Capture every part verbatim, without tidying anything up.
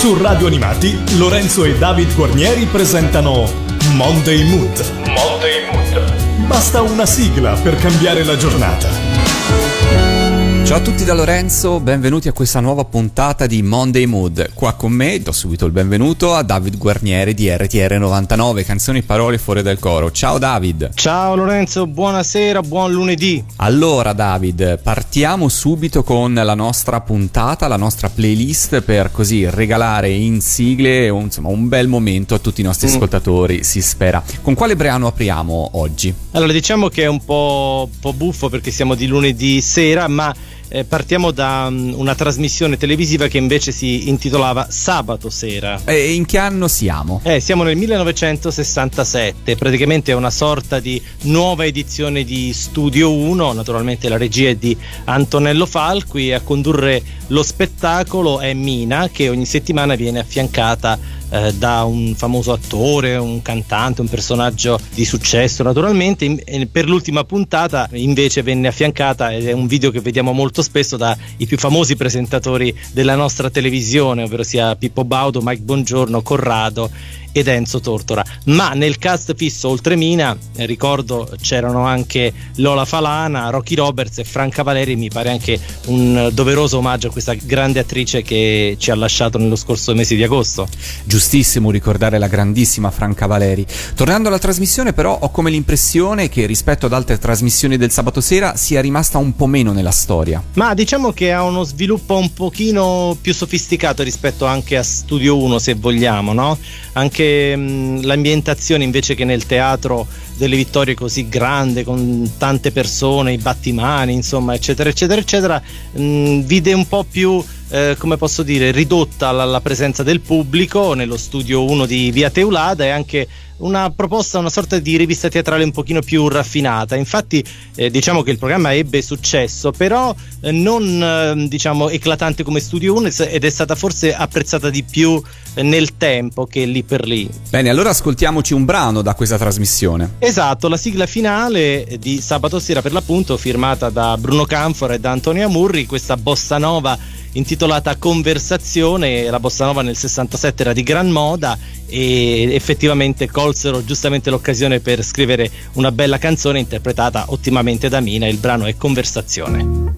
Su Radio Animati, Lorenzo e David Guarnieri presentano Monday Mood. Monday Mood. Basta una sigla per cambiare la giornata. Ciao a tutti da Lorenzo, benvenuti a questa nuova puntata di Monday Mood. Qua con me do subito il benvenuto a David Guarnieri di R T R novantanove, canzoni, parole fuori dal coro. Ciao David. Ciao Lorenzo, buonasera, buon lunedì. Allora David, partiamo subito con la nostra puntata, la nostra playlist, per così regalare in sigle un, insomma, un bel momento a tutti i nostri mm. ascoltatori, si spera. Con quale brano apriamo oggi? Allora, diciamo che è un po', po' buffo perché siamo di lunedì sera, ma Eh, partiamo da um, una trasmissione televisiva che invece si intitolava Sabato Sera. E in che anno siamo? Eh, siamo nel millenovecentosessantasette, praticamente è una sorta di nuova edizione di Studio uno, naturalmente la regia è di Antonello Falqui, a condurre lo spettacolo è Mina, che ogni settimana viene affiancata eh, da un famoso attore, un cantante, un personaggio di successo naturalmente. In, per l'ultima puntata invece venne affiancata, ed è un video che vediamo molto spesso, dai più famosi presentatori della nostra televisione, ovvero sia Pippo Baudo, Mike Bongiorno, Corrado ed Enzo Tortora. Ma nel cast fisso, oltre Mina, eh, ricordo c'erano anche Lola Falana, Rocky Roberts e Franca Valeri. Mi pare anche un doveroso omaggio a questa grande attrice che ci ha lasciato nello scorso mese di agosto. Giustissimo ricordare la grandissima Franca Valeri. Tornando alla trasmissione, però, ho come l'impressione che rispetto ad altre trasmissioni del sabato sera sia rimasta un po' meno nella storia. Ma diciamo che ha uno sviluppo un pochino più sofisticato rispetto anche a Studio uno, se vogliamo, no? Anche mh, l'ambientazione, invece che nel teatro delle Vittorie così grande, con tante persone, i battimani, insomma, eccetera eccetera eccetera, mh, vide un po' più eh, come posso dire, ridotta la, la presenza del pubblico nello Studio uno di Via Teulada, e anche una proposta, una sorta di rivista teatrale un pochino più raffinata. Infatti eh, diciamo che il programma ebbe successo, però eh, non eh, diciamo eclatante come Studio uno, ed è stata forse apprezzata di più eh, nel tempo che lì per lì. Bene, allora ascoltiamoci un brano da questa trasmissione. Esatto, la sigla finale di Sabato Sera, per l'appunto, firmata da Bruno Canfora e da Antonio Amurri, questa bossa nova intitolata Conversazione. La bossa nova nel sessantasette era di gran moda e effettivamente colsero giustamente l'occasione per scrivere una bella canzone interpretata ottimamente da Mina. Il brano è Conversazione.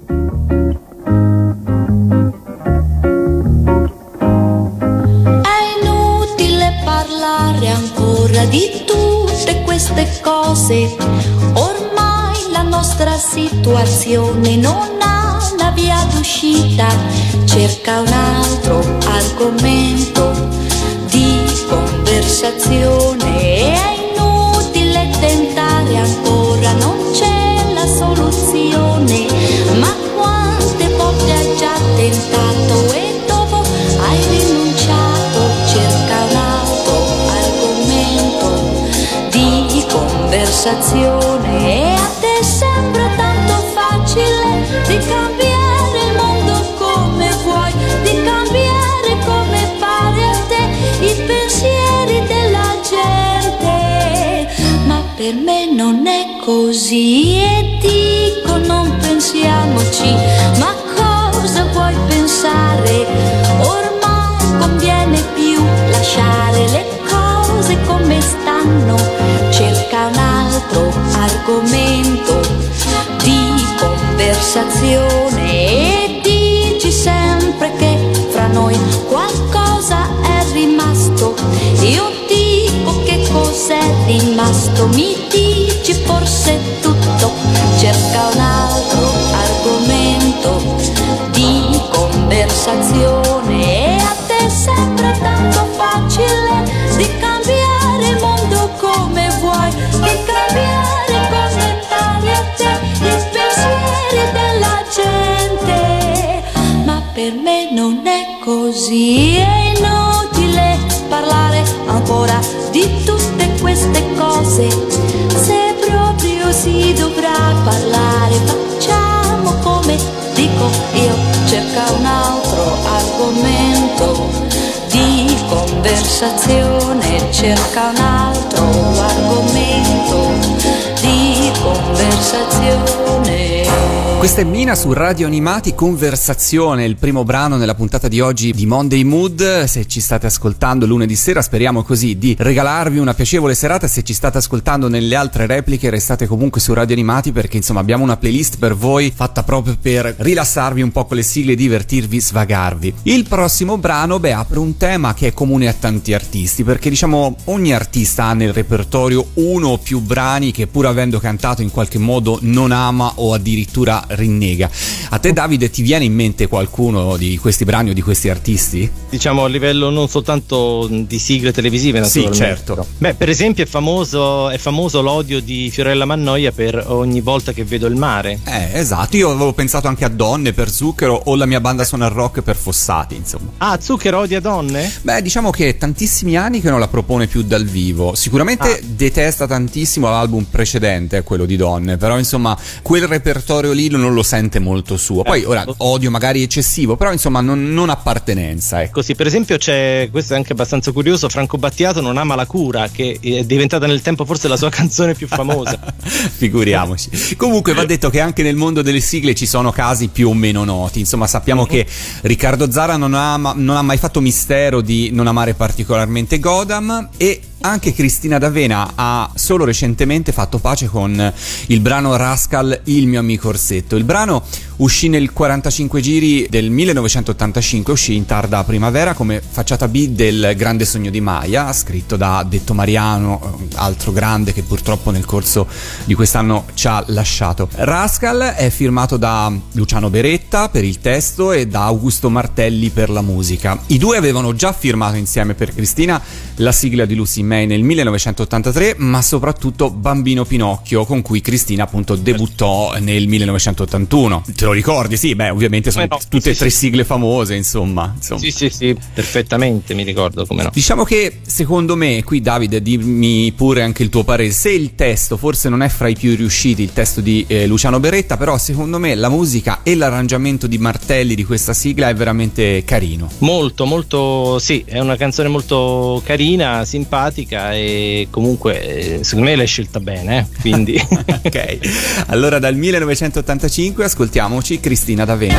È inutile parlare ancora di tutte queste cose, ormai la nostra situazione non ha una via d'uscita, cerca un altro argomento di conversazione. È inutile tentare ancora, non c'è la soluzione, ma quante volte hai già tentato e dopo hai rinunciato? Cerca un altro argomento di conversazione. E a te sembra tanto facile di cambiare il mondo come vuoi, di cambiare come pare a te i pensieri della gente, ma per me non è così. E dico, non pensiamoci, ma cosa vuoi pensare? Ormai conviene più lasciare le cose come stanno, cerca un altro argomento di conversazione. E dici sempre che fra noi qualcosa è rimasto, io dico che cos'è rimasto, mi dici forse tutto, cerca un altro argomento di conversazione. E a te sembra tanto facile di cambiare il mondo come vuoi, di cambiare come pare a te i pensieri della gente, ma per me non è così. È inutile parlare ancora di tutte queste cose, se proprio si dovrà parlare facciamo come dico io, cerca un altro argomento di conversazione, cerca un altro argomento di conversazione. Questa è Mina su Radio Animati, Conversazione, il primo brano nella puntata di oggi di Monday Mood. Se ci state ascoltando lunedì sera, speriamo così di regalarvi una piacevole serata. Se ci state ascoltando nelle altre repliche, restate comunque su Radio Animati, perché insomma abbiamo una playlist per voi fatta proprio per rilassarvi un po' con le sigle, divertirvi, svagarvi. Il prossimo brano, beh, apre un tema che è comune a tanti artisti, perché diciamo ogni artista ha nel repertorio uno o più brani che, pur avendo cantato, in qualche modo non ama o addirittura rinnega. A te, Davide, ti viene in mente qualcuno di questi brani o di questi artisti? Diciamo a livello non soltanto di sigle televisive, naturalmente. Sì, certo. Beh, per esempio è famoso, è famoso l'odio di Fiorella Mannoia per Ogni volta che vedo il mare. Eh, esatto, io avevo pensato anche a Donne per Zucchero o La mia banda suona il rock per Fossati, insomma. Ah, Zucchero odia Donne? Beh, diciamo che è tantissimi anni che non la propone più dal vivo. Sicuramente ah. detesta tantissimo l'album precedente, quello di Donne, però insomma quel repertorio lì non lo sente molto suo. Poi eh, ora odio magari eccessivo, però insomma non, non appartenenza, ecco. Così, per esempio c'è, questo è anche abbastanza curioso, Franco Battiato non ama la cura, che è diventata nel tempo forse la sua canzone più famosa. Figuriamoci. Comunque va detto che anche nel mondo delle sigle ci sono casi più o meno noti. Insomma, sappiamo uh-huh. che Riccardo Zara non ha, non ha mai fatto mistero di non amare particolarmente Godam, e anche Cristina D'Avena ha solo recentemente fatto pace con il brano Rascal, Il mio amico Orsetto. Il brano uscì nel quarantacinque giri del millenovecentottantacinque, uscì in tarda primavera come facciata B del Grande sogno di Maya, scritto da Detto Mariano, altro grande che purtroppo nel corso di quest'anno ci ha lasciato. Rascal è firmato da Luciano Beretta per il testo e da Augusto Martelli per la musica. I due avevano già firmato insieme per Cristina la sigla di Lucy May nel millenovecentottantatré, ma soprattutto Bambino Pinocchio, con cui Cristina appunto debuttò nel millenovecentottantuno. Te lo ricordi? Sì, beh, ovviamente sono no, tutte e sì, tre sì. sigle famose, insomma, insomma. Sì, sì, sì, perfettamente, mi ricordo, come no. Diciamo che secondo me, qui Davide, dimmi pure anche il tuo parere, se il testo forse non è fra i più riusciti, il testo di eh, Luciano Beretta, però secondo me la musica e l'arrangiamento di Martelli di questa sigla è veramente carino. Molto, molto, sì, è una canzone molto carina, simpatica, e comunque secondo me l'hai scelta bene, eh? Quindi ok, allora dal millenovecentottantacinque ascoltiamoci Cristina D'Avena.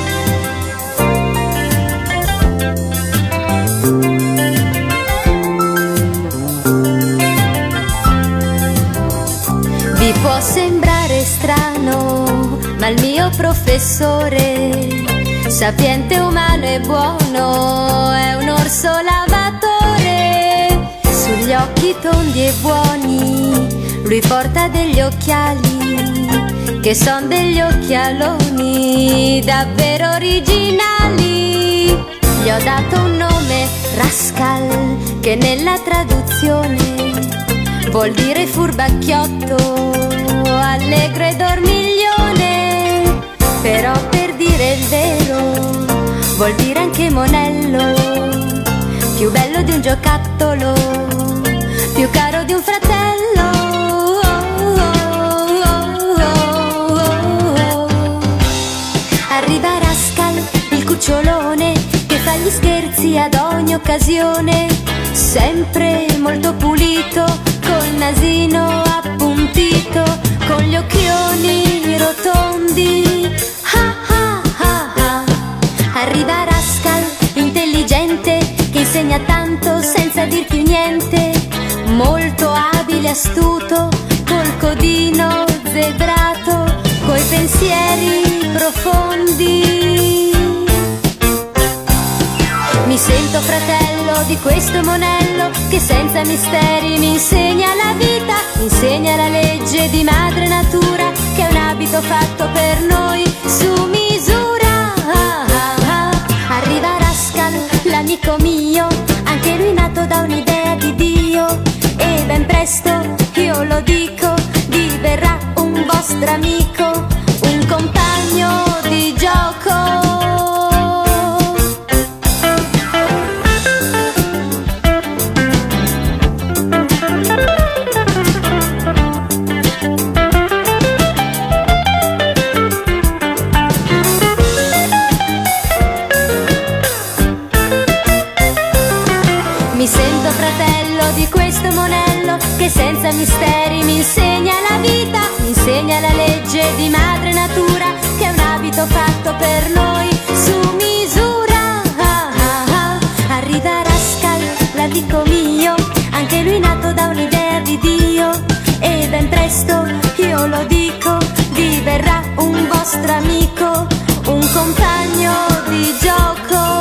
Vi può sembrare strano, ma il mio professore, sapiente, umano e buono, è un orso lavatore. Sugli occhi tondi e buoni lui porta degli occhiali che son degli occhialoni davvero originali. Gli ho dato un nome, Rascal, che nella traduzione vuol dire furbacchiotto, allegro e dormiglione. Però per dire il vero vuol dire anche monello, più bello di un giocattolo, più caro di un fratello. Arriva Rascal, il cucciolone, che fa gli scherzi ad ogni occasione, sempre molto pulito, col nasino appuntito, con gli occhioni rotondi. Ah ah ah ah. Arriva Rascal, intelligente, che insegna tanto senza dir più niente, molto abile, astuto, col codino zebrato, coi pensieri profondi. Mi sento fratello di questo monello che senza misteri mi insegna la vita, insegna la legge di madre natura, che è un abito fatto per noi su misura. Ah, ah, ah. Arriva Rascal, l'amico mio, anche lui nato da un'idea di Dio, e ben presto, io lo dico, diverrà un vostro amico, un compagno di gioco. Mi sento fratello di questo monello che senza misteri mi insegna la vita, mi insegna insegna la legge di madre natura, che è un abito fatto per noi su misura. Ah, ah, ah. Arriva Rascal, l'amico mio, anche lui nato da un'idea di Dio, e ben presto, io lo dico, diverrà un vostro amico, un compagno di gioco.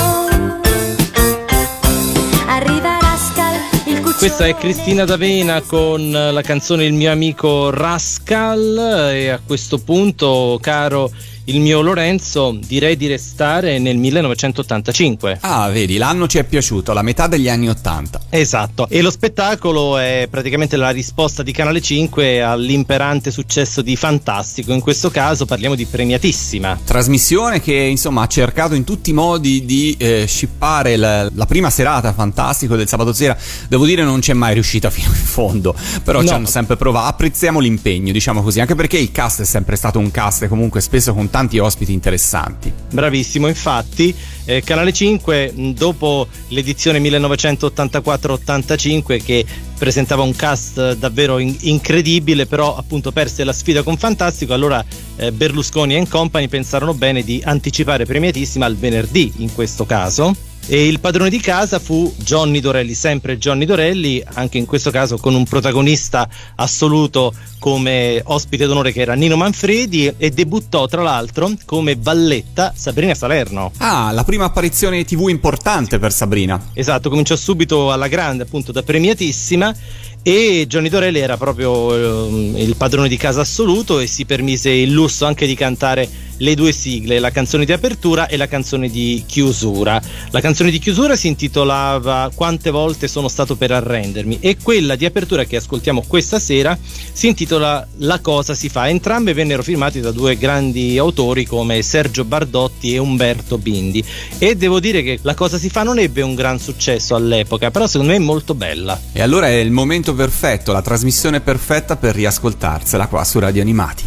Arriva Rascal, il cucciolo. Questa è Cristina D'Avena con la canzone Il mio amico Rascal, e a questo punto, caro il mio Lorenzo, direi di restare nel millenovecentottantacinque. Ah, vedi, l'anno ci è piaciuto, la metà degli anni ottanta. Esatto, e lo spettacolo è praticamente la risposta di Canale cinque all'imperante successo di Fantastico. In questo caso parliamo di Premiatissima. Trasmissione che insomma ha cercato in tutti i modi di eh, scippare la, la prima serata Fantastico del sabato sera. Devo dire non c'è mai riuscita fino in fondo, però No. ci hanno sempre provato. Apprezziamo l'impegno, diciamo così, anche perché il cast è sempre stato un cast comunque spesso con tanti ospiti interessanti. Bravissimo, infatti eh, Canale cinque, mh, dopo l'edizione millenovecentottantaquattro ottantacinque, che presentava un cast davvero in- incredibile, però appunto perse la sfida con Fantastico, allora eh, Berlusconi and Company pensarono bene di anticipare Premiatissima al venerdì in questo caso. E il padrone di casa fu Johnny Dorelli, sempre Johnny Dorelli, anche in questo caso con un protagonista assoluto come ospite d'onore che era Nino Manfredi, e debuttò tra l'altro come valletta Sabrina Salerno. Ah, la prima apparizione tivù importante per Sabrina. Esatto, cominciò subito alla grande, appunto da Premiatissima, e Johnny Dorelli era proprio eh, il padrone di casa assoluto, e si permise il lusso anche di cantare le due sigle, la canzone di apertura e la canzone di chiusura. La canzone di chiusura si intitolava Quante volte sono stato per arrendermi, e quella di apertura che ascoltiamo questa sera si intitola La cosa si fa. Entrambe vennero firmate da due grandi autori come Sergio Bardotti e Umberto Bindi, e devo dire che La cosa si fa non ebbe un gran successo all'epoca, però secondo me è molto bella. E allora è il momento perfetto, la trasmissione perfetta per riascoltarsela qua su Radio Animati.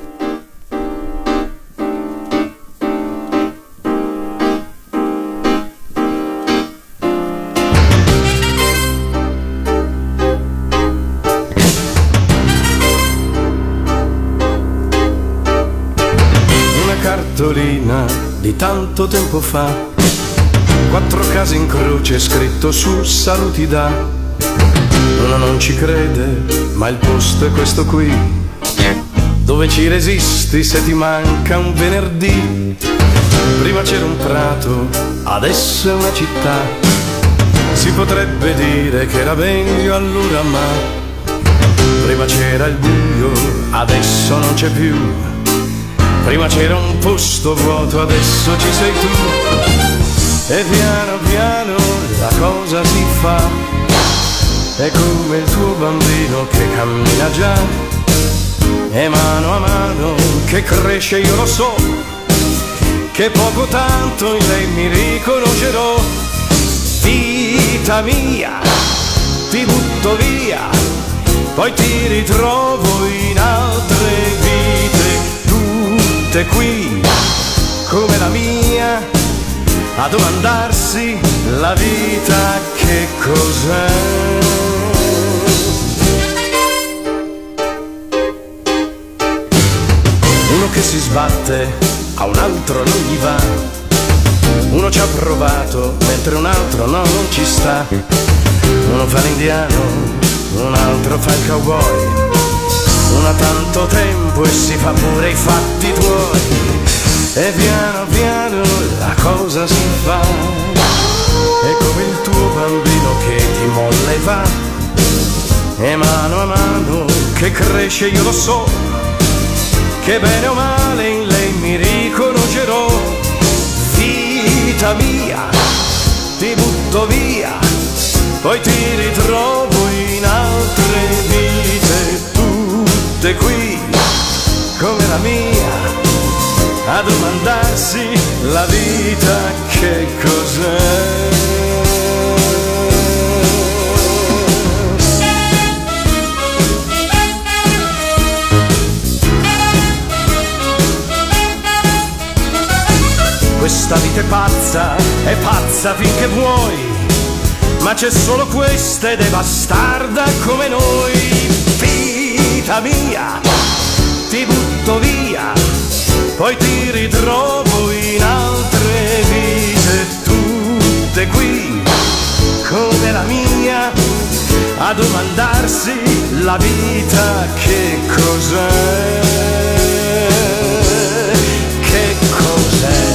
Di tanto tempo fa, quattro case in croce scritto su saluti da. Uno non ci crede, ma il posto è questo qui, dove ci resisti se ti manca un venerdì. Prima c'era un prato, adesso è una città. Si potrebbe dire che era meglio allora, ma prima c'era il buio, adesso non c'è più. Prima c'era un posto vuoto, adesso ci sei tu. E piano piano la cosa si fa, è come il tuo bambino che cammina già, e mano a mano che cresce io lo so, che poco tanto in lei mi riconoscerò. Vita mia, ti butto via, poi ti ritrovo in altre vite, tutte qui come la mia, a domandarsi la vita che cos'è. Uno che si sbatte, a un altro non gli va, uno ci ha provato mentre un altro no, non ci sta. Uno fa l'indiano, un altro fa il cowboy, uno ha tanto tempo e si fa pure i fatti tuoi. E piano piano la cosa si fa, è come il tuo bambino che ti molla e va, e mano a mano che cresce io lo so, che bene o male in lei mi riconoscerò. Vita mia, ti butto via, poi ti ritrovo in altre vite, tutte qui come la mia, a domandarsi la vita che cos'è. Questa vita è pazza, è pazza finché vuoi, ma c'è solo questa ed è bastarda come noi. vita mia, ti butto via, poi ti ritrovo in altre vite, tutte qui come la mia, a domandarsi la vita che cos'è, che cos'è.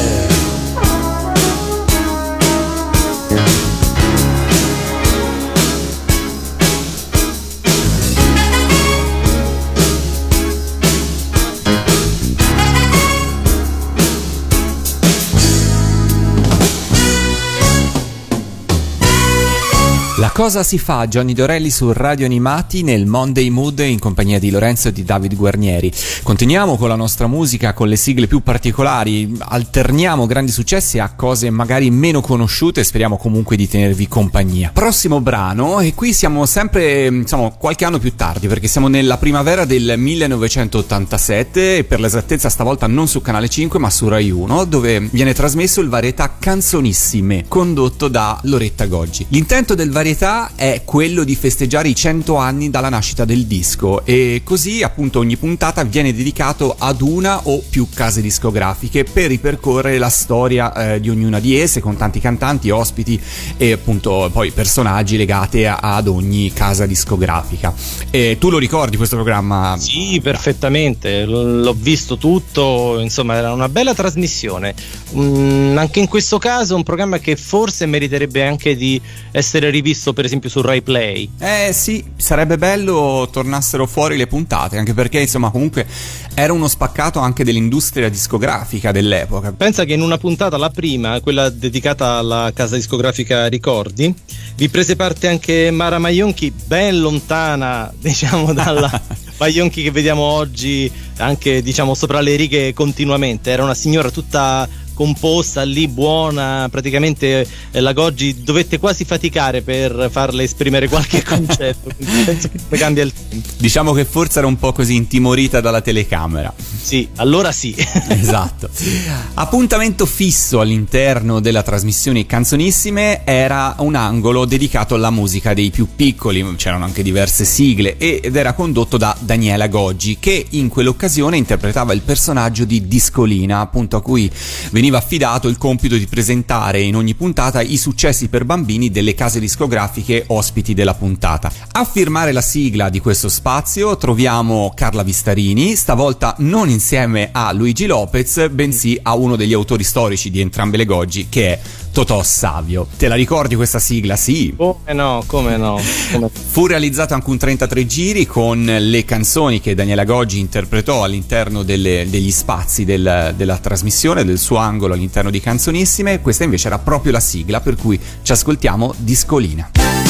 La cosa si fa, Johnny Dorelli su Radio Animati nel Monday Mood in compagnia di Lorenzo e di David Guarnieri. Continuiamo con la nostra musica, con le sigle più particolari, alterniamo grandi successi a cose magari meno conosciute e speriamo comunque di tenervi compagnia. Prossimo brano, e qui siamo sempre, insomma, qualche anno più tardi, perché siamo nella primavera del millenovecentottantasette e per l'esattezza stavolta non su Canale cinque ma su Rai uno, dove viene trasmesso il varietà Canzonissime, condotto da Loretta Goggi. L'intento del varietà è quello di festeggiare i cento anni dalla nascita del disco, e così appunto ogni puntata viene dedicato ad una o più case discografiche per ripercorrere la storia eh, di ognuna di esse, con tanti cantanti, ospiti e appunto poi personaggi legati a, ad ogni casa discografica. E tu lo ricordi questo programma? Sì, perfettamente, L- l'ho visto tutto, insomma era una bella trasmissione. Mm, anche in questo caso un programma che forse meriterebbe anche di essere rivisto per esempio su Rai Play. Eh sì, sarebbe bello tornassero fuori le puntate, anche perché insomma comunque era uno spaccato anche dell'industria discografica dell'epoca. Pensa che in una puntata, la prima, quella dedicata alla casa discografica Ricordi, vi prese parte anche Mara Maionchi, ben lontana diciamo dalla Maionchi che vediamo oggi anche diciamo sopra le righe continuamente. Era una signora tutta composta lì, buona, praticamente eh, la Goggi dovette quasi faticare per farle esprimere qualche concetto. Penso che cambia il tempo. Diciamo che forse era un po' così intimorita dalla telecamera. Sì, allora sì. Esatto. Appuntamento fisso all'interno della trasmissione Canzonissime era un angolo dedicato alla musica dei più piccoli, c'erano anche diverse sigle, ed era condotto da Daniela Goggi, che in quell'occasione interpretava il personaggio di Discolina, appunto a cui veniva affidato il compito di presentare in ogni puntata i successi per bambini delle case discografiche ospiti della puntata. A firmare la sigla di questo spazio troviamo Carla Vistarini, stavolta non insieme a Luigi Lopez, bensì a uno degli autori storici di entrambe le Goggi, che è Totò Savio. Te la ricordi questa sigla? Sì. Come no, come no. Come... Fu realizzato anche un trentatré giri con le canzoni che Daniela Goggi interpretò all'interno delle, degli spazi del, della trasmissione, del suo angolo all'interno di Canzonissime. Questa invece era proprio la sigla, per cui ci ascoltiamo Discolina.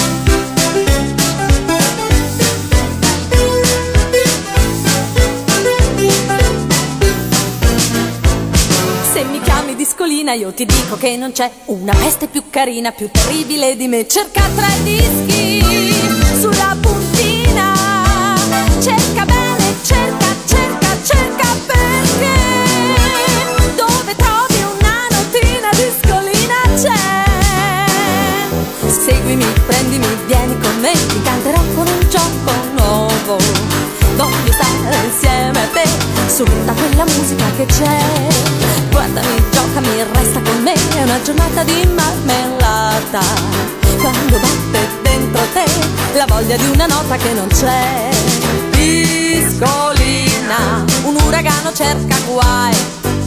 Discolina, io ti dico che non c'è una peste più carina, più terribile di me. Cerca tra i dischi sulla puntina, cerca bene, cerca, cerca, cerca, perché dove trovi una notina discolina c'è. Seguimi, prendimi, vieni con me, ti canterò con un gioco nuovo. Voglio stare insieme a te su tutta quella musica che c'è. Guardami, giocami, resta con me, è una giornata di marmellata. Quando batte dentro te la voglia di una nota che non c'è. Discolina, un uragano cerca guai.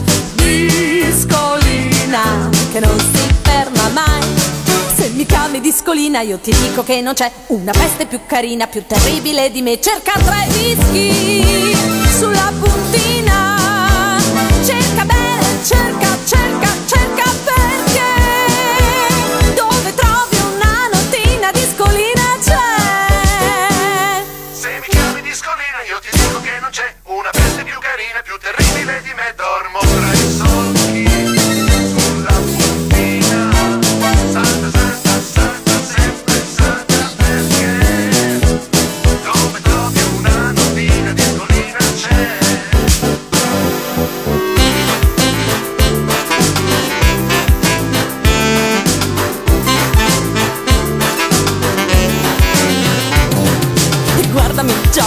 Discolina, che non si ferma mai. Se mi chiami Discolina io ti dico che non c'è una peste più carina, più terribile di me. Cerca tra i dischi sulla puntina, cerca bene, cerca, cerca, cerca, perché dove trovi una notina discolina c'è. Se mi chiami Discolina io ti dico che non c'è una peste più carina, più terribile di me. Dormo tra i solchi sulla puntina, santa, santa, santa, sempre santa, perché dove trovi una notina discolina c'è.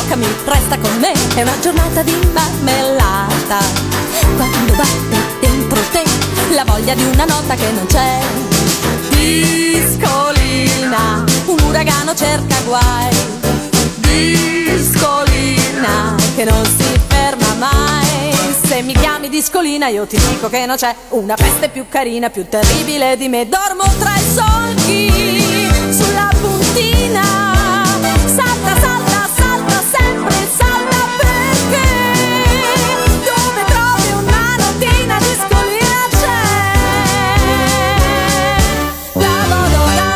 toccami, resta con me, è una giornata di marmellata. Quando batte dentro te la voglia di una nota che non c'è. Discolina, un uragano cerca guai. Discolina, che non si ferma mai. Se mi chiami Discolina io ti dico che non c'è una peste più carina, più terribile di me. Dormo tra i solchi, sulla puntina. Salta, salta, salta, sempre salta, perché dove trovi una notina Discolina c'è. La Madonna.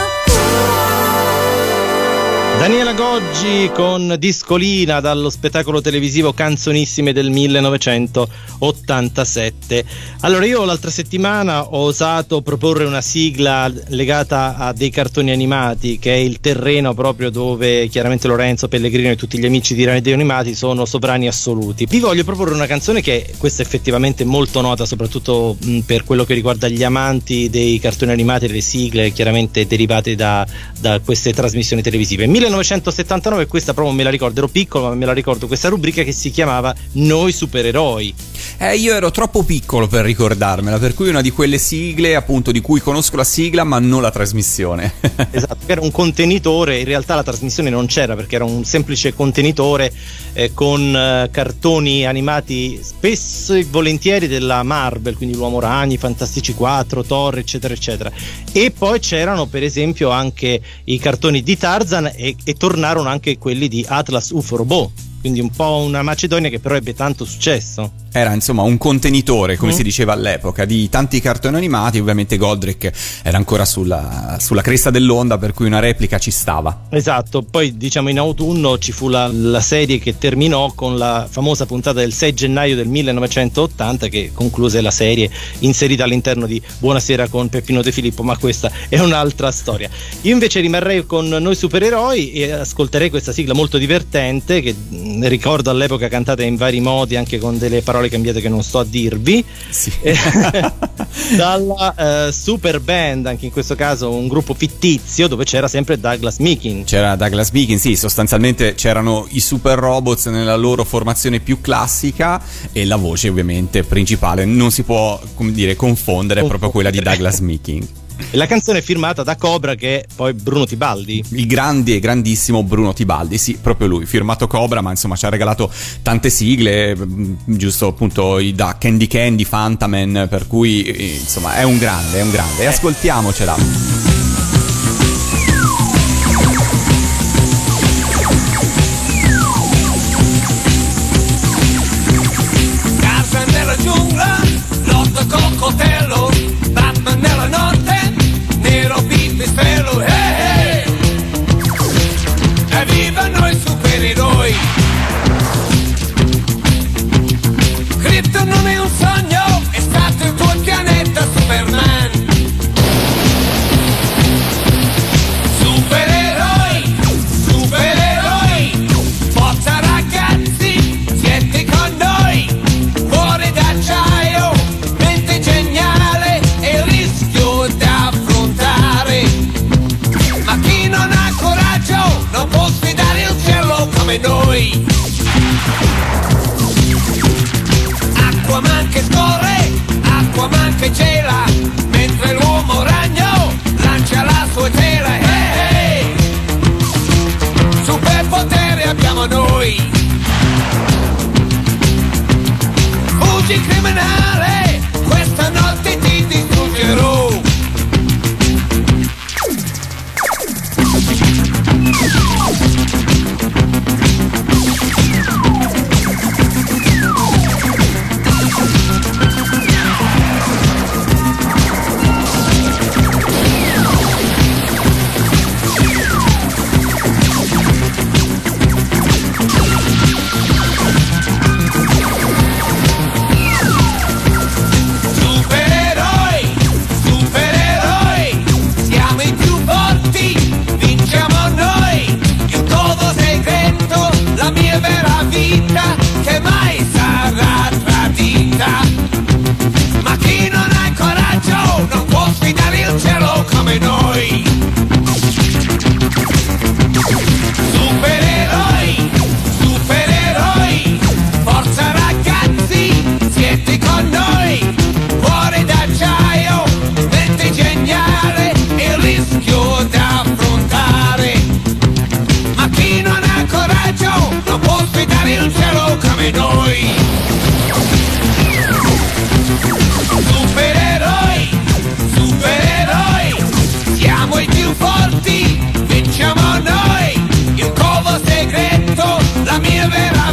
Daniela Goggi con Discolina dallo spettacolo televisivo Canzonissime del millenovecentottantasette. Allora, io l'altra settimana ho osato proporre una sigla legata a dei cartoni animati, che è il terreno proprio dove chiaramente Lorenzo, Pellegrino e tutti gli amici di Radio Animati sono sovrani assoluti. Vi voglio proporre una canzone che questa è effettivamente molto nota, soprattutto mh, per quello che riguarda gli amanti dei cartoni animati e le sigle chiaramente derivate da, da queste trasmissioni televisive. millenovecentosettantanove, questa proprio me la ricordo, ero piccolo ma me la ricordo, questa rubrica che si chiamava Noi Supereroi. Eh, io ero troppo piccolo per ricordarmela, per cui una di quelle sigle appunto di cui conosco la sigla ma non la trasmissione. Esatto, era un contenitore, in realtà la trasmissione non c'era perché era un semplice contenitore eh, con eh, cartoni animati spesso e volentieri della Marvel, quindi l'Uomo Ragno, Fantastici quattro, Thor, eccetera eccetera. E poi c'erano per esempio anche i cartoni di Tarzan e, e tornarono anche quelli di Atlas U F O Robot, quindi un po' una Macedonia che però ebbe tanto successo. Era insomma un contenitore, come mm. si diceva all'epoca, di tanti cartoni animati. Ovviamente Goldrick era ancora sulla, sulla cresta dell'onda, per cui una replica ci stava. Esatto, poi diciamo in autunno ci fu la, la serie che terminò con la famosa puntata del sei gennaio del millenovecentottanta che concluse la serie inserita all'interno di Buonasera con Peppino De Filippo, ma questa è un'altra storia. Io invece rimarrei con Noi Supereroi e ascolterei questa sigla molto divertente che mh, ricordo all'epoca cantata in vari modi, anche con delle parole cambiate che non sto a dirvi, sì. dalla uh, super band, anche in questo caso un gruppo fittizio dove c'era sempre Douglas Meekin. C'era Douglas Meekin, sì, sostanzialmente c'erano i Super Robots nella loro formazione più classica e la voce ovviamente principale non si può, come dire, confondere, è proprio quella di Douglas Meekin. E la canzone è firmata da Cobra, che è poi Bruno Tibaldi, il grande e grandissimo Bruno Tibaldi, sì, proprio lui, firmato Cobra, ma insomma ci ha regalato tante sigle, giusto appunto i da Candy Candy, Fantaman, per cui insomma è un grande, è un grande, e ascoltiamocela. Cocktailo, Batman nella notte, nero pipistrello, hey, hey! Evviva noi supereroi! Krypton non è un sogno, è stato il tuo pianeta Superman.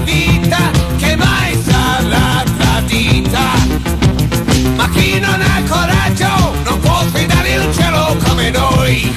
vita che mai sarà tradita. Ma chi non ha coraggio non può sfidare il cielo come noi.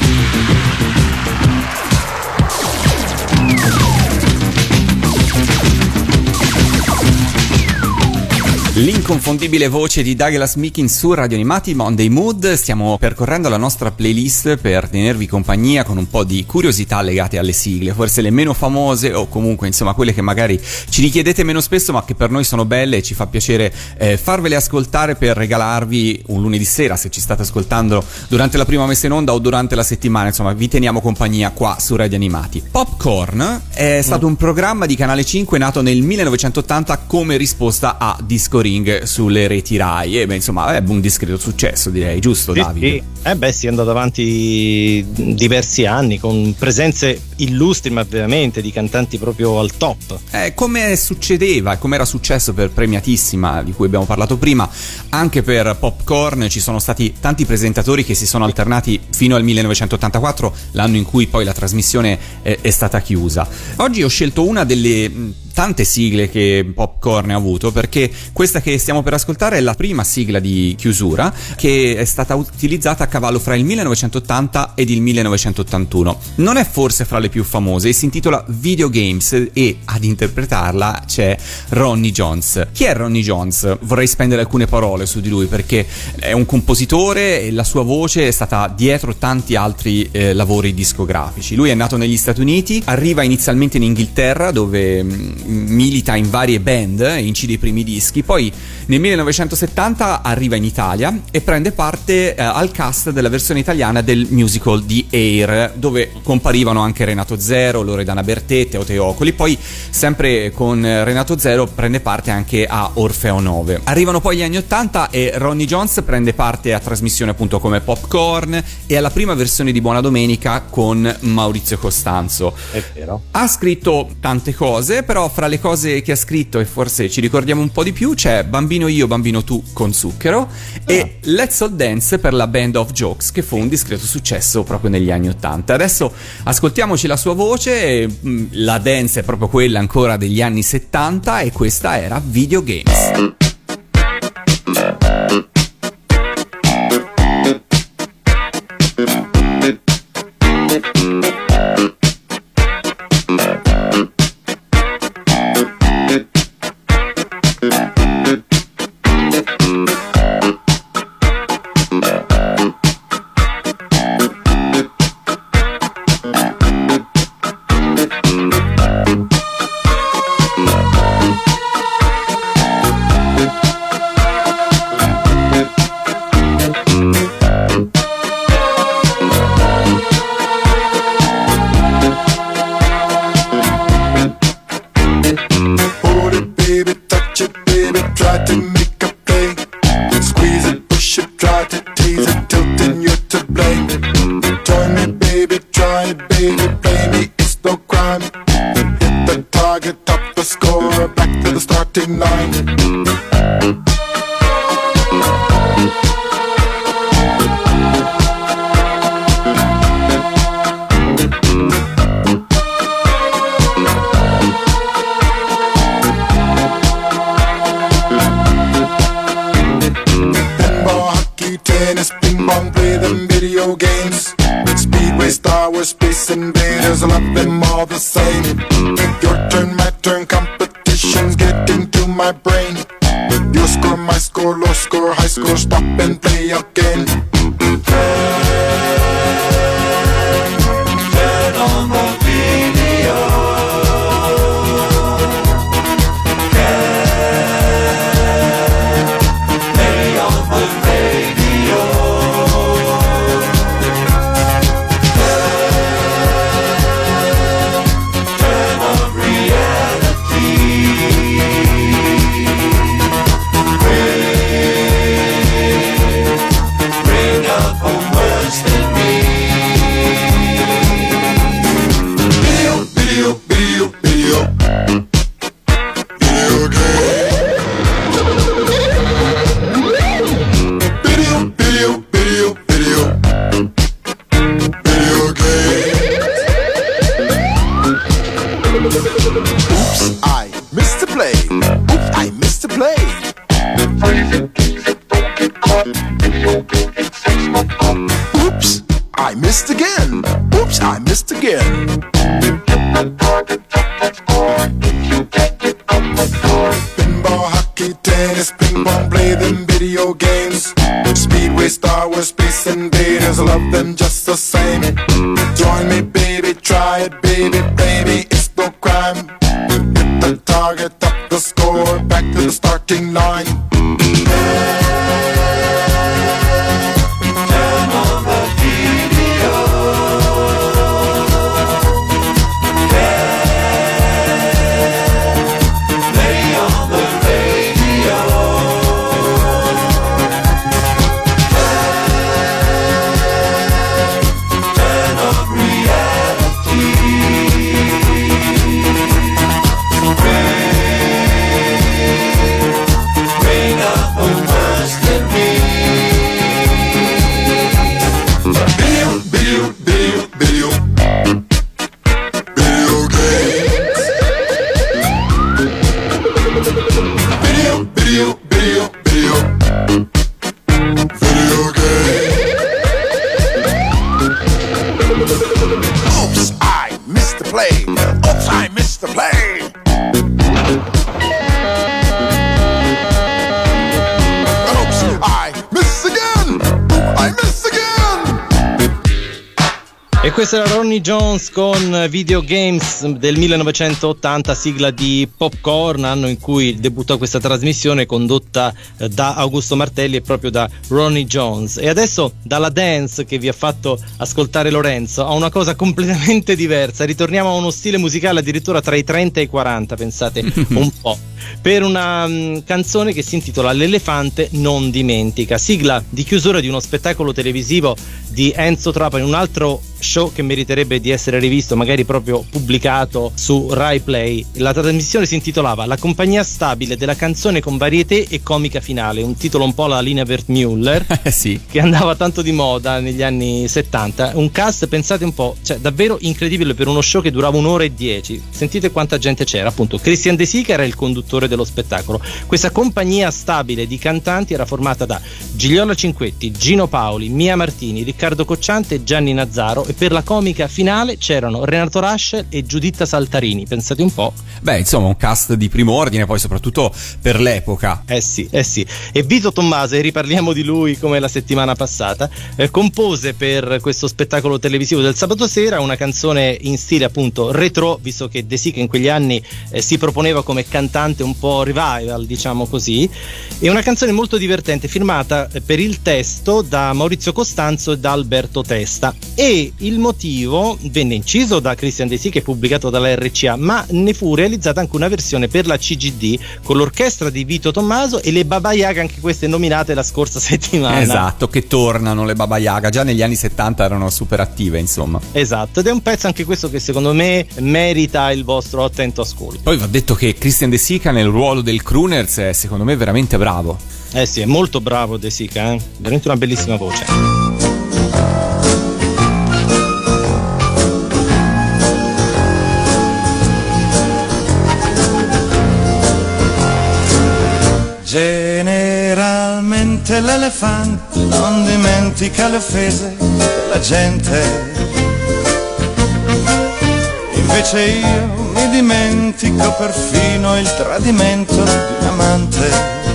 L'inconfondibile voce di Douglas Meekin su Radio Animati Monday Mood. Stiamo percorrendo la nostra playlist per tenervi compagnia con un po' di curiosità legate alle sigle, forse le meno famose o comunque insomma quelle che magari ci richiedete meno spesso ma che per noi sono belle e ci fa piacere eh, farvele ascoltare per regalarvi un lunedì sera, se ci state ascoltando durante la prima messa in onda o durante la settimana, insomma vi teniamo compagnia qua su Radio Animati. Popcorn è stato mm. un programma di Canale cinque nato nel millenovecentottanta come risposta a Disco Ring sulle reti Rai e beh insomma è un discreto successo, direi, giusto? Sì, Davide? Sì. Eh beh sì, è andato avanti diversi anni con presenze illustri ma veramente di cantanti proprio al top. Eh, come succedeva, come era successo per Premiatissima di cui abbiamo parlato prima, anche per Popcorn ci sono stati tanti presentatori che si sono alternati fino al millenovecentottantaquattro, l'anno in cui poi la trasmissione è, è stata chiusa. Oggi ho scelto una delle tante sigle che Popcorn ha avuto perché questa che stiamo per ascoltare è la prima sigla di chiusura che è stata utilizzata a cavallo fra il millenovecentottanta ed il millenovecentottantuno. Non è forse fra le più famose e si intitola Video Games e ad interpretarla c'è Ronnie Jones. Chi è Ronnie Jones? Vorrei spendere alcune parole su di lui perché è un compositore e la sua voce è stata dietro tanti altri eh, lavori discografici. Lui è nato negli Stati Uniti, arriva inizialmente in Inghilterra dove mh, milita in varie band e incide i primi dischi, poi nel millenovecentosettanta arriva in Italia e prende parte eh, al cast della versione italiana del musical di Air, dove comparivano anche Renato Zero, Loredana Bertette o Teocoli. Poi sempre con Renato Zero prende parte anche a Orfeo nove. Arrivano poi gli anni ottanta e Ronnie Jones prende parte a trasmissioni appunto come Popcorn e alla prima versione di Buona Domenica con Maurizio Costanzo. È vero. Ha scritto tante cose, però fra le cose che ha scritto e forse ci ricordiamo un po' di più c'è Bambino io, bambino tu con Zucchero ah. e Let's All Dance per la Band of Jokes, che fu un discreto successo proprio negli anni ottanta. Adesso ascoltiamoci la sua voce, la dance è proprio quella ancora degli anni settanta e questa era Video Games. Reality. I missed again. Oops, I missed again. Pinball, hockey, tennis, ping pong, play them video games. Speedway, Star Wars, Space Invaders, love them just the same. Join me, baby, try it, baby, baby, it's no crime. Hit the target, up the score, back to the starting line. Turn on the video. Play on the radio. Turn on reality. Rain up on worse than me. Video, video, video, video. Video games. Video, video, video, video. Video games. Oops, I missed the play. Oops, I missed the play. Oops, I missed again. Oops, I missed again. E questo era Ronnie Jones con Video Games del millenovecentottanta, sigla di Popcorn, anno in cui debuttò questa trasmissione condotta da Augusto Martelli e proprio da Ronnie Jones. E adesso dalla dance che vi ha fatto ascoltare Lorenzo a una cosa completamente diversa, ritorniamo a uno stile musicale addirittura tra i trenta e i quaranta, pensate un po', per una um, canzone che si intitola L'elefante non dimentica, sigla di chiusura di uno spettacolo televisivo di Enzo Trapa in un altro show che meriterebbe di essere rivisto, magari proprio pubblicato su Rai Play. La trasmissione si intitolava La compagnia stabile della canzone con varieté e comica finale, un titolo un po' alla linea Wertmüller, Eh sì. che andava tanto di moda negli anni settanta. Un cast, pensate un po', cioè davvero incredibile per uno show che durava un'ora e dieci. Sentite quanta gente c'era, appunto. Christian De Sica era il conduttore dello spettacolo. Questa compagnia stabile di cantanti era formata da Gigliola Cinquetti, Gino Paoli, Mia Martini, Riccardo Cocciante e Gianni Nazzaro, e per la comica finale c'erano Renato Rascher e Giuditta Saltarini. Pensate un po'. Beh, insomma, un cast di primo ordine, poi soprattutto per l'epoca. Eh sì, eh sì. E Vito Tommaso, e riparliamo di lui come la settimana passata, eh, compose per questo spettacolo televisivo del sabato sera una canzone in stile appunto retro, visto che De Sica in quegli anni eh, si proponeva come cantante un po' revival, diciamo così, e una canzone molto divertente firmata eh, per il testo da Maurizio Costanzo e da Alberto Testa, e il motivo venne inciso da Christian De Sica e pubblicato dalla R C A, ma ne fu realizzata anche una versione per la C G D con l'orchestra di Vito Tommaso e le Baba Yaga, anche queste nominate la scorsa settimana. Esatto, che tornano le Baba Yaga, già negli anni settanta erano super attive, insomma. Esatto, ed è un pezzo anche questo che secondo me merita il vostro attento ascolto. Poi va detto che Christian De Sica nel ruolo del crooners è secondo me veramente bravo. Eh sì, è molto bravo De Sica, eh? Veramente una bellissima voce. Generalmente l'elefante non dimentica le offese della gente, invece io mi dimentico perfino il tradimento di un amante.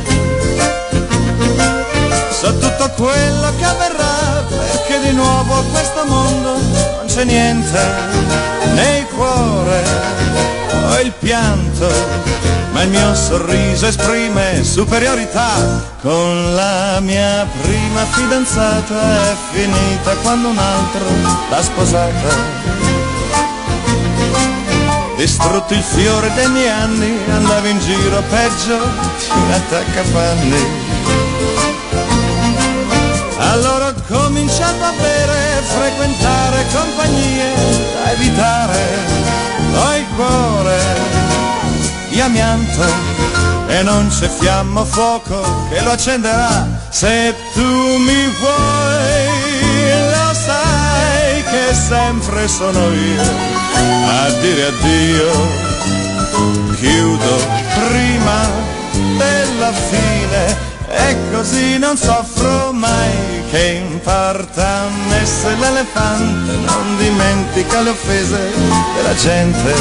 So tutto quello che avverrà, perché di nuovo a questo mondo non c'è niente, né il cuore o il pianto, ma il mio sorriso esprime superiorità. Con la mia prima fidanzata è finita quando un altro l'ha sposata. Distrutto il fiore dei miei anni, andavo in giro peggio di un attaccapanni. Allora ho cominciato a bere, frequentare compagnie da evitare. Ho il cuore di amianto e non c'è fiamma o fuoco che lo accenderà. Se tu mi vuoi, lo sai che sempre sono io a dire addio. Chiudo prima della fine e così non soffro mai. Che importa a me se l'elefante non dimentica le offese della gente.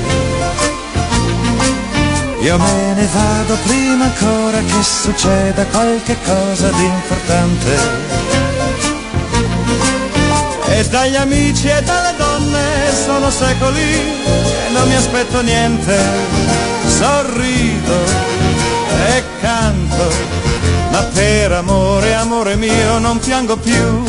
Io me ne vado prima ancora che succeda qualche cosa di importante. E dagli amici e dalle donne sono secoli e non mi aspetto niente. Sorrido e canto, ma per amore, amore mio, non piango più.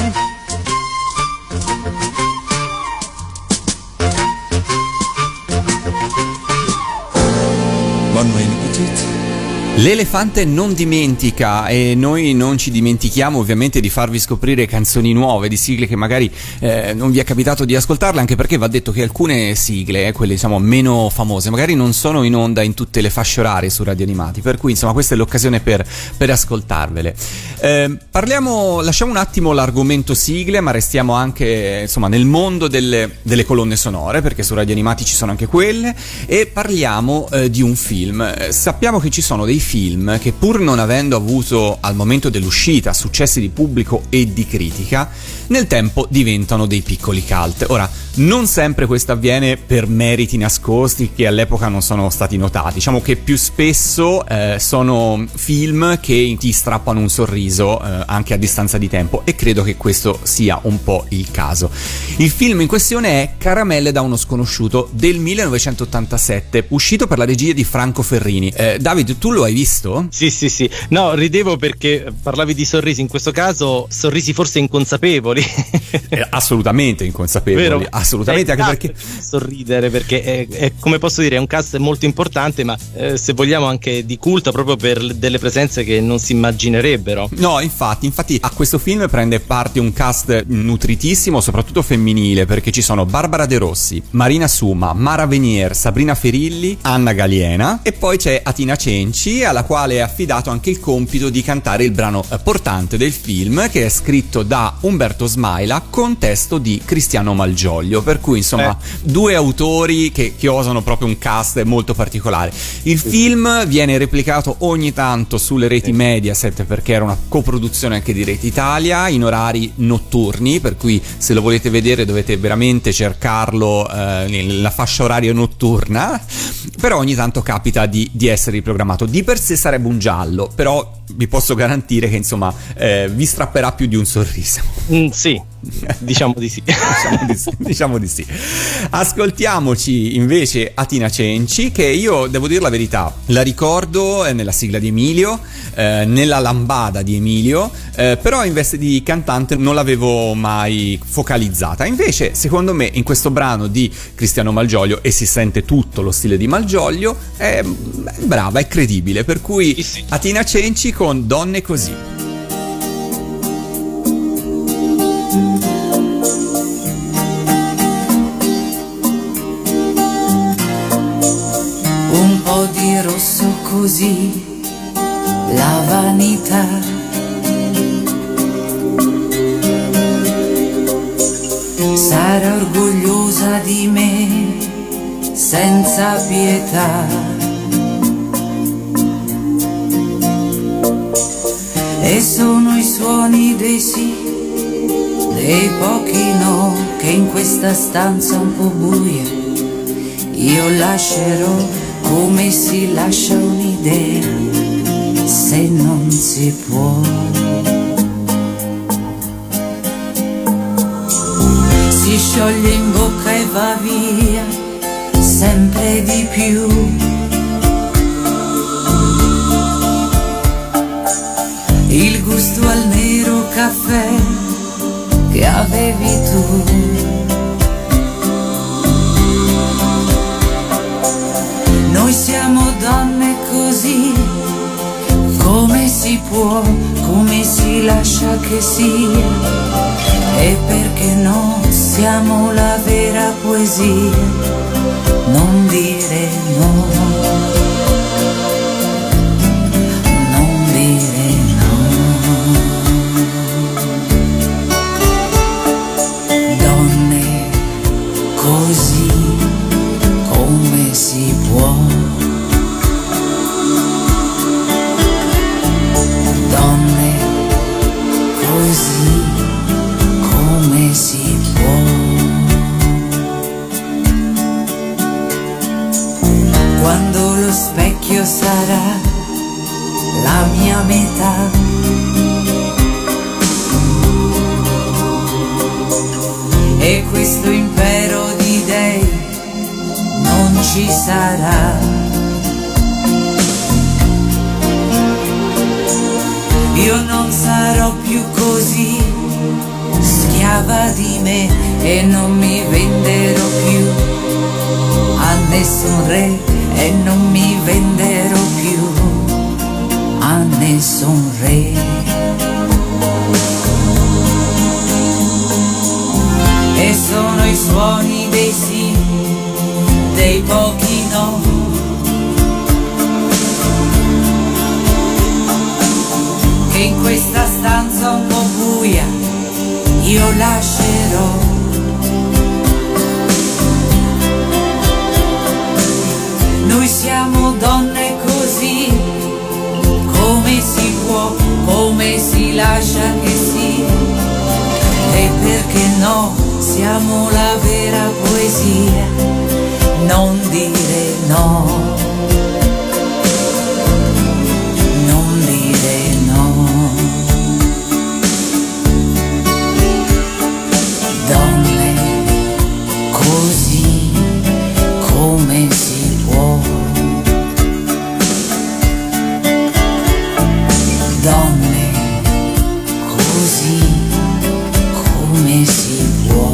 Bonne nuit, petite. L'elefante non dimentica, e noi non ci dimentichiamo ovviamente di farvi scoprire canzoni nuove, di sigle che magari eh, non vi è capitato di ascoltarle, anche perché va detto che alcune sigle, eh, quelle diciamo meno famose, magari non sono in onda in tutte le fasce orarie su Radio Animati, per cui insomma questa è l'occasione per, per ascoltarvele. Eh, parliamo, lasciamo un attimo l'argomento sigle, ma restiamo anche insomma nel mondo delle, delle colonne sonore, perché su Radio Animati ci sono anche quelle, e parliamo eh, di un film. Eh, sappiamo che ci sono dei film che, pur non avendo avuto al momento dell'uscita successi di pubblico e di critica, nel tempo diventano dei piccoli cult. Ora, non sempre questo avviene per meriti nascosti che all'epoca non sono stati notati. Diciamo che più spesso eh, sono film che ti strappano un sorriso eh, anche a distanza di tempo, e credo che questo sia un po' il caso. Il film in questione è Caramelle da uno sconosciuto del millenovecentottantasette, uscito per la regia di Franco Ferrini. Eh, David, tu lo hai visto? Sì, sì, sì. No, ridevo perché parlavi di sorrisi, in questo caso sorrisi forse inconsapevoli. Eh, assolutamente inconsapevoli. Vero? Assolutamente, anche perché sorridere, perché è, è, come posso dire, è un cast molto importante, ma eh, se vogliamo anche di culto, proprio per delle presenze che non si immaginerebbero. No, infatti, infatti a questo film prende parte un cast nutritissimo, soprattutto femminile, perché ci sono Barbara De Rossi, Marina Suma, Mara Venier, Sabrina Ferilli, Anna Galiena, e poi c'è Atina Cenci, alla quale è affidato anche il compito di cantare il brano portante del film, che è scritto da Umberto Smaila con testo di Cristiano Malgioglio, per cui insomma eh. due autori che, che osano proprio un cast molto particolare. Il film viene replicato ogni tanto sulle reti Mediaset, perché era una coproduzione anche di Rete Italia, in orari notturni, per cui se lo volete vedere dovete veramente cercarlo eh, nella fascia oraria notturna, però ogni tanto capita di, di essere riprogrammato. Di per sé sarebbe un giallo, però vi posso garantire che insomma eh, vi strapperà più di un sorriso. Mm, sì, diciamo di sì. diciamo, di sì diciamo di sì. Ascoltiamoci invece Atina Cenci, che io devo dire la verità, la ricordo eh, nella sigla di Emilio, eh, nella lambada di Emilio, eh, però in veste di cantante non l'avevo mai focalizzata. Invece secondo me in questo brano di Cristiano Malgioglio, e si sente tutto lo stile di Malgioglio, è, è brava, è credibile, per cui sì, sì. Atina Cenci con Donne Così. Un po' di rosso così, la vanità, sarà orgogliosa di me senza pietà. E sono i suoni dei sì, dei pochi no, che in questa stanza un po' buia io lascerò, come si lascia un'idea se non si può. Si scioglie in bocca e va via sempre di più. Il gusto al nero caffè che avevi tu. Noi siamo donne così, come si può, come si lascia che sia, e perché no, siamo la vera poesia, non dire no. quando lo specchio sarà la mia metà. E questo impero di dei non ci sarà. Io non sarò più così schiava di me e non mi venderò più a nessun re e non mi venderò più a nessun re. E sono i suoni dei sì, dei pochi no, che in questa stanza un po' buia io lascerò. Noi siamo donne così, come si può, come si lascia che sia, e perché no, siamo la vera poesia, non dire no, non dire no. Donne così, come si può, donne così, come si può.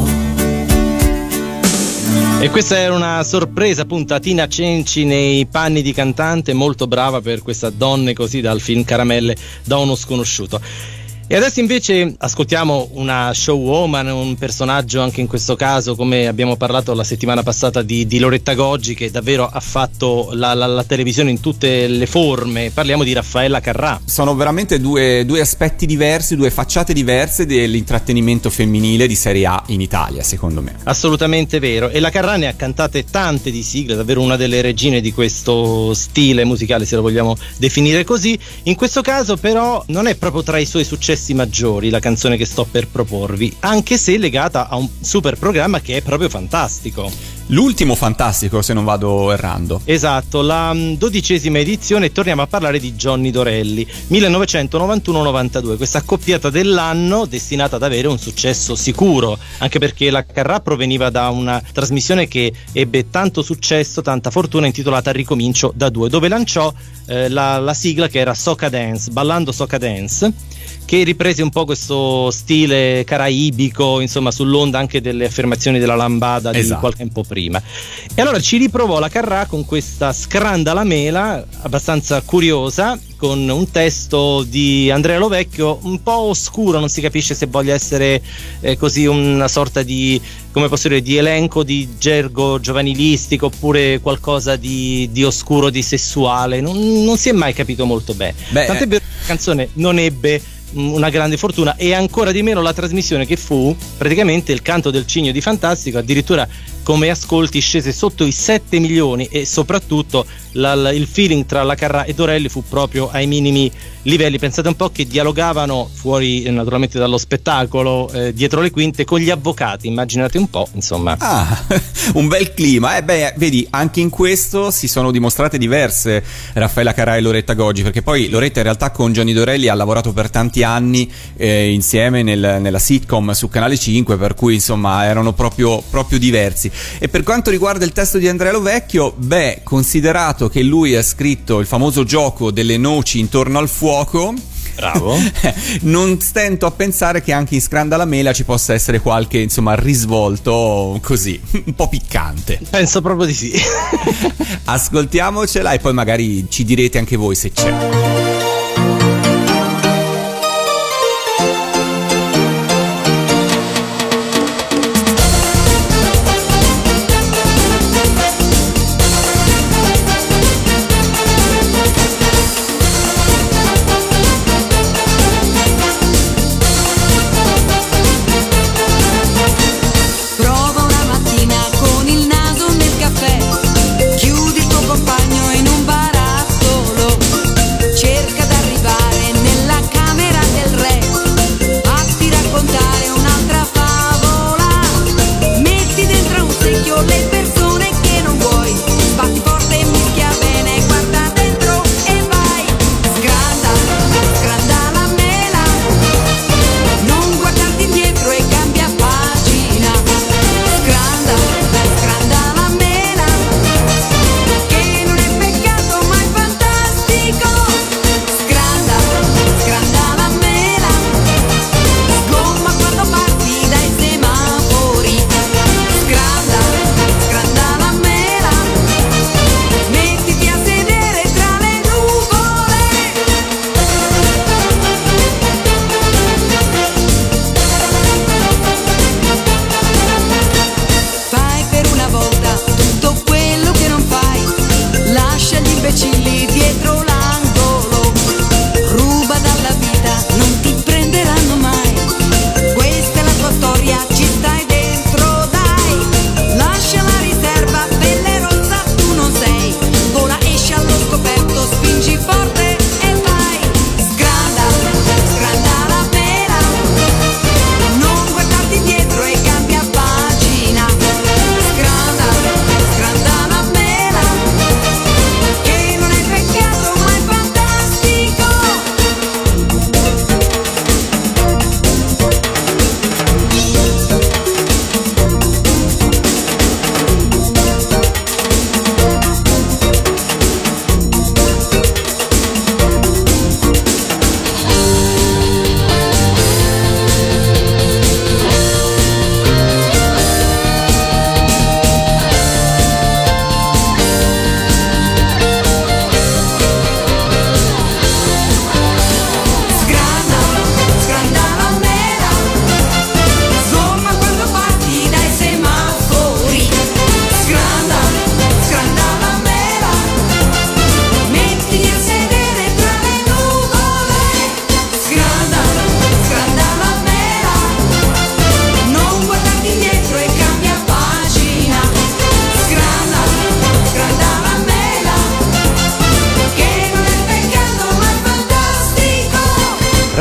E questa era una sorpresa, appunto, Tina Cenci nei panni di cantante, molto brava per questa Donne così dal film Caramelle da uno sconosciuto. E adesso invece ascoltiamo una showwoman, un personaggio anche in questo caso, come abbiamo parlato la settimana passata di, di Loretta Goggi, che davvero ha fatto la, la, la televisione in tutte le forme. Parliamo di Raffaella Carrà. Sono veramente due, due aspetti diversi, due facciate diverse dell'intrattenimento femminile di serie A in Italia, secondo me. Assolutamente vero. E la Carrà ne ha cantate tante di sigle, davvero una delle regine di questo stile musicale, se lo vogliamo definire così. In questo caso però non è proprio tra i suoi successi maggiori la canzone che sto per proporvi, anche se legata a un super programma che è proprio fantastico. L'ultimo fantastico, se non vado errando. Esatto, la dodicesima edizione. Torniamo a parlare di Johnny Dorelli, millenovecentonovantuno novantadue, questa accoppiata dell'anno destinata ad avere un successo sicuro, anche perché la Carrà proveniva da una trasmissione che ebbe tanto successo, tanta fortuna, intitolata Ricomincio da due, dove lanciò eh, la, la sigla che era Soca Dance, Ballando Soca Dance, che riprese un po' questo stile caraibico, insomma, sull'onda anche delle affermazioni della lambada di esatto. qualche tempo prima. E allora ci riprovò la Carrà con questa scrandala mela abbastanza curiosa, con un testo di Andrea Lovecchio un po' oscuro, non si capisce se voglia essere eh, così una sorta di, come posso dire, di elenco di gergo giovanilistico oppure qualcosa di, di oscuro, di sessuale, non, non si è mai capito molto bene. Beh, Tant'è vero che la canzone non ebbe una grande fortuna, e ancora di meno la trasmissione, che fu praticamente il canto del cigno di Fantastico, addirittura come ascolti scese sotto i sette milioni, e soprattutto la, la, il feeling tra la Carrà e Dorelli fu proprio ai minimi livelli. Pensate un po' che dialogavano fuori eh, naturalmente dallo spettacolo, eh, dietro le quinte, con gli avvocati, immaginate un po', insomma. Ah, un bel clima. Eh beh, vedi, anche in questo si sono dimostrate diverse Raffaella Carrà e Loretta Goggi, perché poi Loretta in realtà con Johnny Dorelli ha lavorato per tanti anni eh, insieme nel, nella sitcom su Canale cinque, per cui insomma erano proprio, proprio diversi. E per quanto riguarda il testo di Andrea Lovecchio, beh, considerato che lui ha scritto il famoso gioco delle noci intorno al fuoco, bravo, non stento a pensare che anche in Scranda la mela ci possa essere qualche, insomma, risvolto così, un po' piccante. Penso proprio di sì. Ascoltiamocela e poi magari ci direte anche voi se c'è. Chiudi il tuo compagno in un barattolo, cerca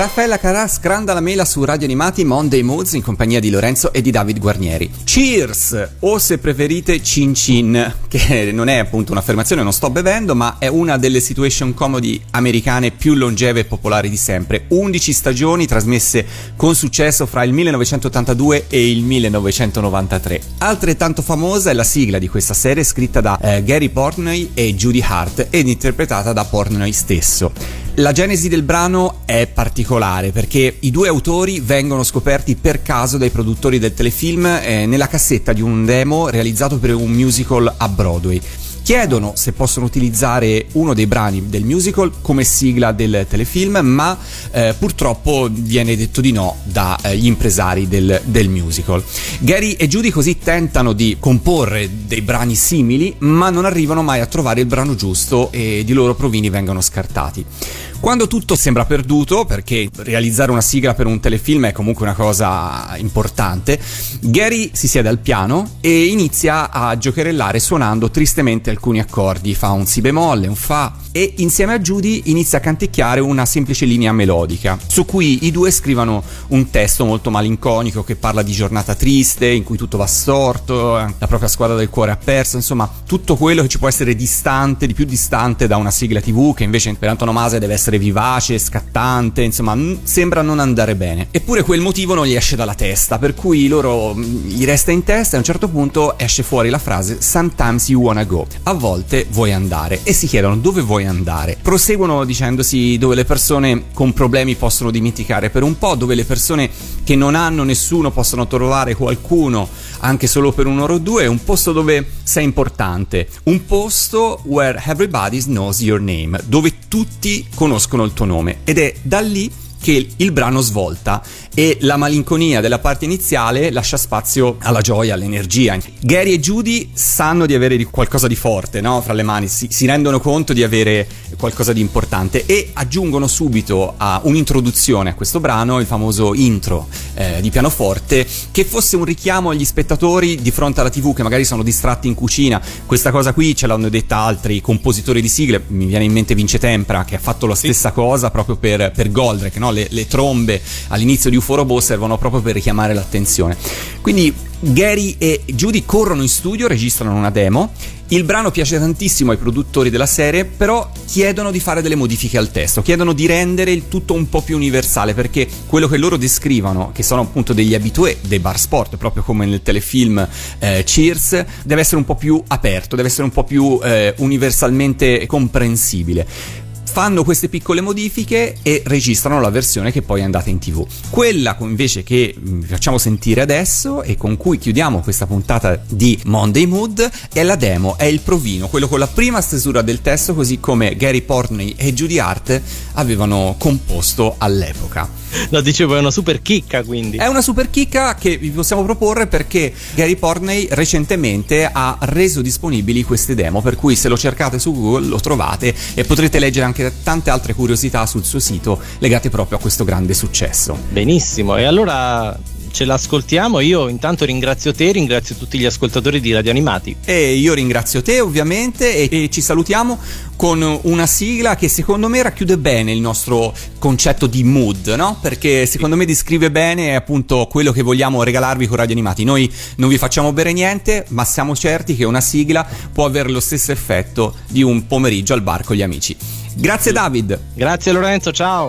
Raffaella Carrà scranda la mela su Radio Animati Monday Moods in compagnia di Lorenzo e di David Guarnieri. Cheers, o se preferite Cin Cin, che non è appunto un'affermazione, non sto bevendo, ma è una delle situation comedy americane più longeve e popolari di sempre. undici stagioni trasmesse con successo fra il millenovecentottantadue e il millenovecentonovantatré. Altrettanto famosa è la sigla di questa serie, scritta da eh, Gary Portnoy e Judy Hart ed interpretata da Portnoy stesso. La genesi del brano è particolare perché i due autori vengono scoperti per caso dai produttori del telefilm eh, nella cassetta di un demo realizzato per un musical a Broadway. Chiedono se possono utilizzare uno dei brani del musical come sigla del telefilm, ma eh, purtroppo viene detto di no dagli eh, impresari del, del musical. Gary e Judy così tentano di comporre dei brani simili, ma non arrivano mai a trovare il brano giusto e i loro provini vengono scartati. Quando tutto sembra perduto, perché realizzare una sigla per un telefilm è comunque una cosa importante, Gary si siede al piano e inizia a giocherellare suonando tristemente alcuni accordi. Fa un si bemolle, un fa, e insieme a Judy inizia a canticchiare una semplice linea melodica su cui i due scrivono un testo molto malinconico che parla di giornata triste in cui tutto va storto, la propria squadra del cuore ha perso, insomma tutto quello che ci può essere distante, di più distante da una sigla tivù che invece per antonomasia deve essere vivace, scattante, insomma n- sembra non andare bene. Eppure quel motivo non gli esce dalla testa, per cui loro mh, gli resta in testa e a un certo punto esce fuori la frase "Sometimes you wanna go", a volte vuoi andare, e si chiedono dove vuoi andare. Proseguono dicendosi dove le persone con problemi possono dimenticare per un po', dove le persone che non hanno nessuno possono trovare qualcuno anche solo per un'ora o due, un posto dove sei importante, un posto where everybody knows your name, dove tutti conoscono il tuo nome. Ed è da lì che il brano svolta e la malinconia della parte iniziale lascia spazio alla gioia, all'energia. Gary e Judy sanno di avere qualcosa di forte, no? Fra le mani, si, si rendono conto di avere qualcosa di importante e aggiungono subito a un'introduzione a questo brano il famoso intro eh, di pianoforte, che fosse un richiamo agli spettatori di fronte alla tivù che magari sono distratti in cucina. Questa cosa qui ce l'hanno detta altri compositori di sigle, mi viene in mente Vince Tempra che ha fatto la stessa cosa proprio per, per Goldrake, no? Le, le trombe all'inizio di U F O Robot servono proprio per richiamare l'attenzione. Quindi Gary e Judy corrono in studio, registrano una demo. Il brano piace tantissimo ai produttori della serie, però chiedono di fare delle modifiche al testo, chiedono di rendere il tutto un po' più universale, perché quello che loro descrivono, che sono appunto degli abitué dei bar sport, proprio come nel telefilm eh, Cheers, deve essere un po' più aperto, deve essere un po' più eh, universalmente comprensibile. Fanno queste piccole modifiche e registrano la versione che poi è andata in tivù. Quella invece che vi facciamo sentire adesso e con cui chiudiamo questa puntata di Monday Mood è la demo, è il provino, quello con la prima stesura del testo, così come Gary Portnoy e Judy Hart avevano composto all'epoca. No, dicevo, è una super chicca, quindi. È una super chicca che vi possiamo proporre perché Gary Portnoy recentemente ha reso disponibili queste demo, per cui se lo cercate su Google lo trovate e potrete leggere anche tante altre curiosità sul suo sito legate proprio a questo grande successo. Benissimo, e allora ce l'ascoltiamo. Io intanto ringrazio te, ringrazio tutti gli ascoltatori di Radio Animati. E io ringrazio te ovviamente e, e ci salutiamo con una sigla che secondo me racchiude bene il nostro concetto di mood, no? Perché secondo me descrive bene appunto quello che vogliamo regalarvi con Radio Animati. Noi non vi facciamo bere niente, ma siamo certi che una sigla può avere lo stesso effetto di un pomeriggio al bar con gli amici. Grazie David. Grazie Lorenzo, ciao.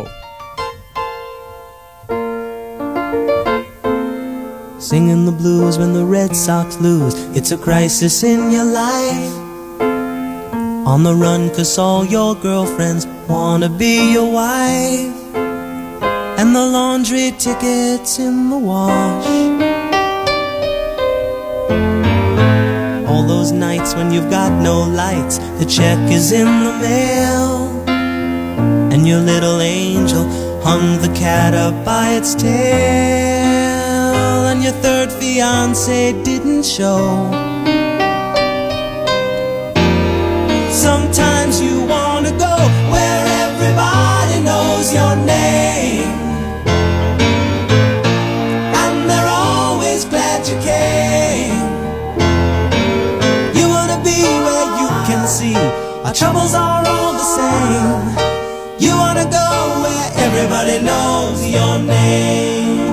Singing the blues when the Red Sox lose. It's a crisis in your life. On the run cause all your girlfriends wanna be your wife. And the laundry ticket's in the wash. All those nights when you've got no lights, the check is in the mail. And your little angel hung the cat up by its tail. And your third fiancé didn't show. Sometimes you wanna go where everybody knows your name, and they're always glad you came. You wanna be where you can see our troubles are all the same. You wanna go where everybody everybody knows your name.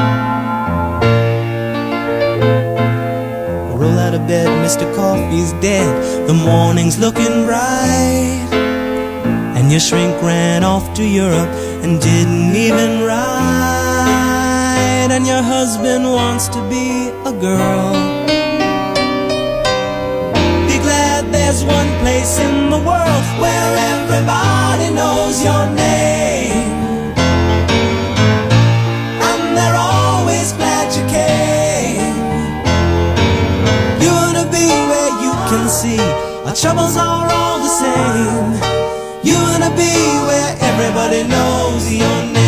Roll out of bed, Mister Coffee's dead. The morning's looking bright, and your shrink ran off to Europe and didn't even write. And your husband wants to be a girl. Be glad there's one place in the world where everybody knows your name, and they're always glad you came. You wanna be where you can see our troubles are all the same. You wanna be where everybody knows your name.